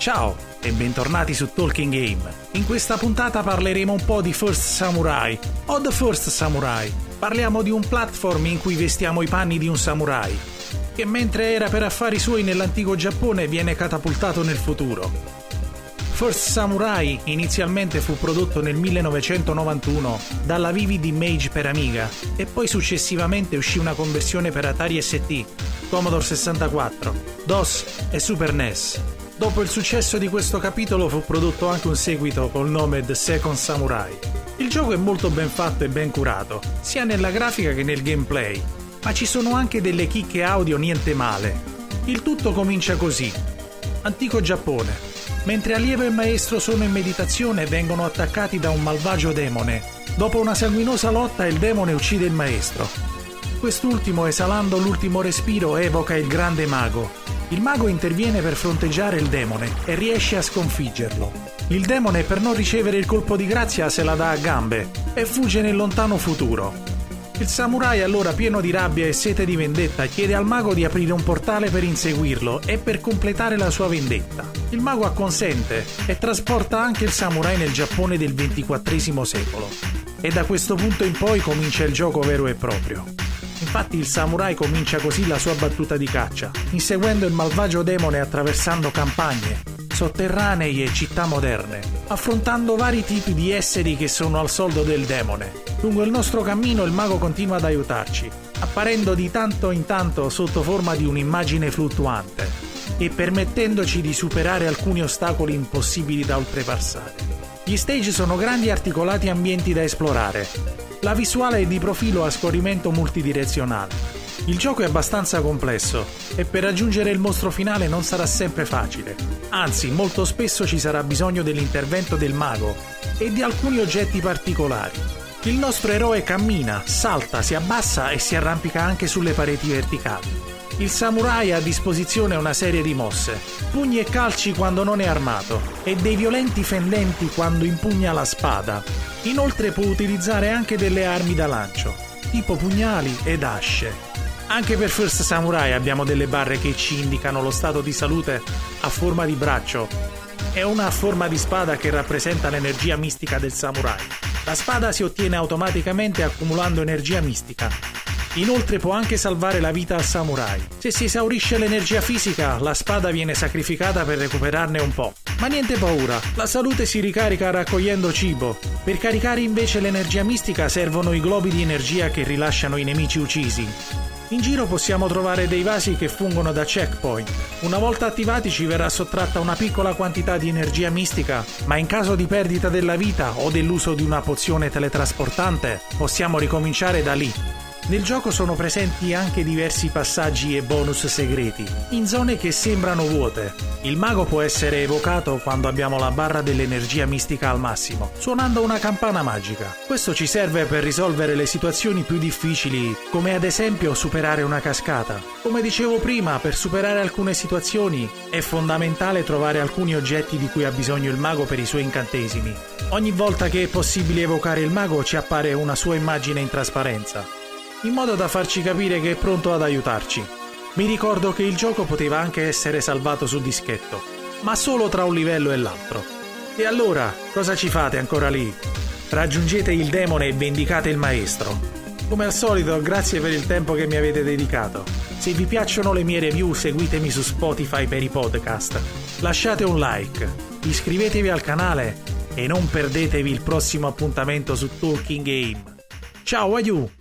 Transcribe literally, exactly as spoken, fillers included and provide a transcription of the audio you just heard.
Ciao e bentornati su Talking Game. In questa puntata parleremo un po' di First Samurai o The First Samurai. Parliamo di un platform in cui vestiamo i panni di un samurai che mentre era per affari suoi nell'antico Giappone viene catapultato nel futuro. First Samurai inizialmente fu prodotto nel millenovecentonovantuno dalla Vivid Image per Amiga e poi successivamente uscì una conversione per Atari S T, Commodore sessantaquattro, DOS e Super N E S. Dopo il successo di questo capitolo fu prodotto anche un seguito col nome The Second Samurai. Il gioco è molto ben fatto e ben curato, sia nella grafica che nel gameplay, ma ci sono anche delle chicche audio niente male. Il tutto comincia così. Antico Giappone. Mentre allievo e maestro sono in meditazione, vengono attaccati da un malvagio demone. Dopo una sanguinosa lotta, il demone uccide il maestro. Quest'ultimo, esalando l'ultimo respiro, evoca il grande mago. Il mago interviene per fronteggiare il demone e riesce a sconfiggerlo. Il demone, per non ricevere il colpo di grazia, se la dà a gambe e fugge nel lontano futuro. Il samurai, allora pieno di rabbia e sete di vendetta, chiede al mago di aprire un portale per inseguirlo e per completare la sua vendetta. Il mago acconsente e trasporta anche il samurai nel Giappone del ventiquattresimo secolo. E da questo punto in poi comincia il gioco vero e proprio. Infatti il samurai comincia così la sua battuta di caccia, inseguendo il malvagio demone attraversando campagne, sotterranei e città moderne, affrontando vari tipi di esseri che sono al soldo del demone. Lungo il nostro cammino il mago continua ad aiutarci, apparendo di tanto in tanto sotto forma di un'immagine fluttuante e permettendoci di superare alcuni ostacoli impossibili da oltrepassare. Gli stage sono grandi e articolati ambienti da esplorare. La visuale è di profilo a scorrimento multidirezionale. Il gioco è abbastanza complesso e per raggiungere il mostro finale non sarà sempre facile. Anzi, molto spesso ci sarà bisogno dell'intervento del mago e di alcuni oggetti particolari. Il nostro eroe cammina, salta, si abbassa e si arrampica anche sulle pareti verticali. Il samurai ha a disposizione una serie di mosse, pugni e calci quando non è armato e dei violenti fendenti quando impugna la spada. Inoltre può utilizzare anche delle armi da lancio, tipo pugnali ed asce. Anche per First Samurai abbiamo delle barre che ci indicano lo stato di salute a forma di braccio e una a forma di spada che rappresenta l'energia mistica del samurai. La spada si ottiene automaticamente accumulando energia mistica. Inoltre può anche salvare la vita al samurai. Se si esaurisce l'energia fisica, la spada viene sacrificata per recuperarne un po'. Ma niente paura, la salute si ricarica raccogliendo cibo. Per caricare invece l'energia mistica servono i globi di energia che rilasciano i nemici uccisi. In giro possiamo trovare dei vasi che fungono da checkpoint. Una volta attivati ci verrà sottratta una piccola quantità di energia mistica, ma in caso di perdita della vita o dell'uso di una pozione teletrasportante, possiamo ricominciare da lì. Nel gioco sono presenti anche diversi passaggi e bonus segreti, in zone che sembrano vuote. Il mago può essere evocato quando abbiamo la barra dell'energia mistica al massimo, suonando una campana magica. Questo ci serve per risolvere le situazioni più difficili, come ad esempio superare una cascata. Come dicevo prima, per superare alcune situazioni è fondamentale trovare alcuni oggetti di cui ha bisogno il mago per i suoi incantesimi. Ogni volta che è possibile evocare il mago ci appare una sua immagine in trasparenza, in modo da farci capire che è pronto ad aiutarci. Mi ricordo che il gioco poteva anche essere salvato su dischetto, ma solo tra un livello e l'altro. E allora, cosa ci fate ancora lì? Raggiungete il demone e vendicate il maestro. Come al solito, grazie per il tempo che mi avete dedicato. Se vi piacciono le mie review, seguitemi su Spotify per i podcast. Lasciate un like, iscrivetevi al canale e non perdetevi il prossimo appuntamento su Talking Game. Ciao, aiù!